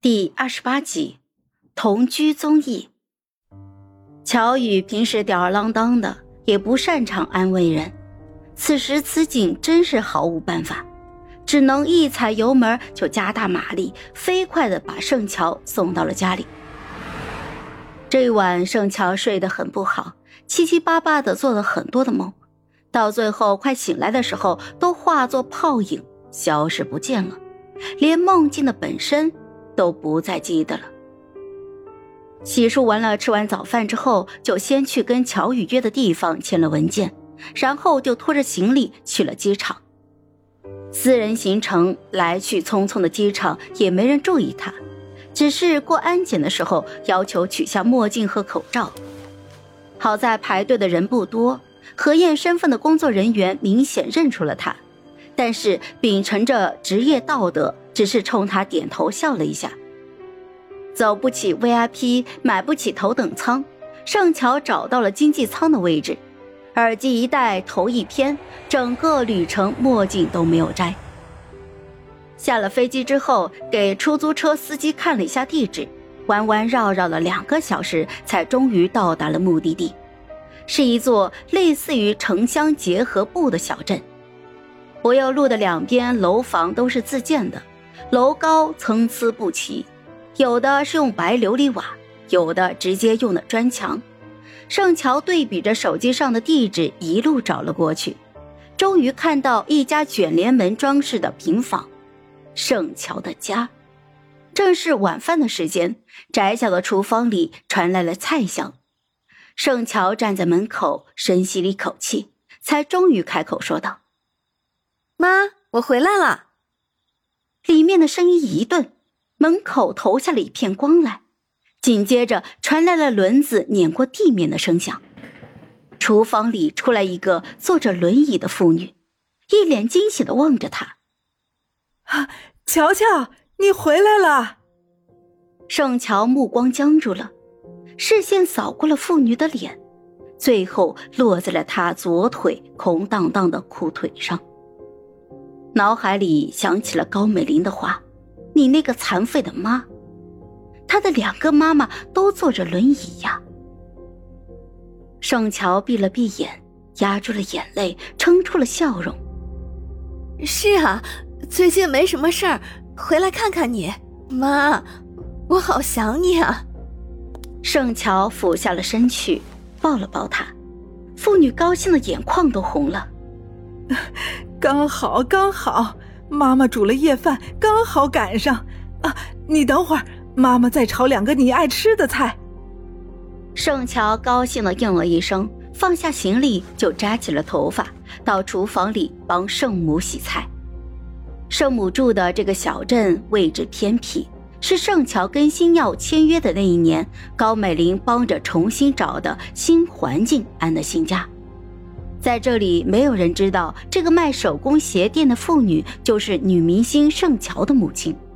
第28集，同居综艺。乔宇平时吊儿郎当的，也不擅长安慰人，此时此景真是毫无办法，只能一踩油门就加大马力，飞快地把盛乔送到了家里。这一晚盛乔睡得很不好，七七八八地做了很多的梦，到最后快醒来的时候都化作泡影消失不见了，连梦境的本身都不再记得了。洗漱完了，吃完早饭之后，就先去跟乔宇约的地方签了文件，然后就拖着行李去了机场。私人行程来去匆匆的机场也没人注意他，只是过安检的时候要求取下墨镜和口罩。好在排队的人不多，核验身份的工作人员明显认出了他，但是秉承着职业道德，只是冲他点头笑了一下。走不起 VIP， 买不起头等舱，盛乔找到了经济舱的位置，耳机一戴，头一偏，整个旅程墨镜都没有摘。下了飞机之后，给出租车司机看了一下地址，弯弯绕绕了2个小时，才终于到达了目的地，是一座类似于城乡结合部的小镇。柏油路的两边楼房都是自建的，楼高参差不齐，有的是用白琉璃瓦，有的直接用的砖墙。盛乔对比着手机上的地址一路找了过去，终于看到一家卷帘门装饰的平房，盛乔的家。正是晚饭的时间，窄小的厨房里传来了菜香。盛乔站在门口，深吸了一口气，才终于开口说道： 妈，我回来了。 里面的声音一顿，门口投下了一片光来，紧接着传来了轮子碾过地面的声响。厨房里出来一个坐着轮椅的妇女，一脸惊喜地望着他。 乔乔，你回来了。 盛乔目光僵住了，视线扫过了妇女的脸，最后落在了她左腿空荡荡的裤腿上。脑海里想起了高美玲的话，你那个残废的妈，她的2个妈妈都坐着轮椅呀。盛乔闭了闭眼，压住了眼泪，撑出了笑容。 是啊，最近没什么事儿，回来看看你。妈，我好想你啊。 盛乔俯下了身去，抱了抱她，妇女高兴的眼眶都红了。 刚好，妈妈煮了夜饭，刚好赶上啊！你等会儿，妈妈再炒2个你爱吃的菜。 盛乔高兴地应了一声，放下行李就扎起了头发，到厨房里帮盛母洗菜。盛母住的这个小镇位置偏僻，是盛乔跟星耀签约的那一年，高美玲帮着重新找的新环境安的新家。在这里没有人知道，这个卖手工鞋店的妇女就是女明星盛乔的母亲。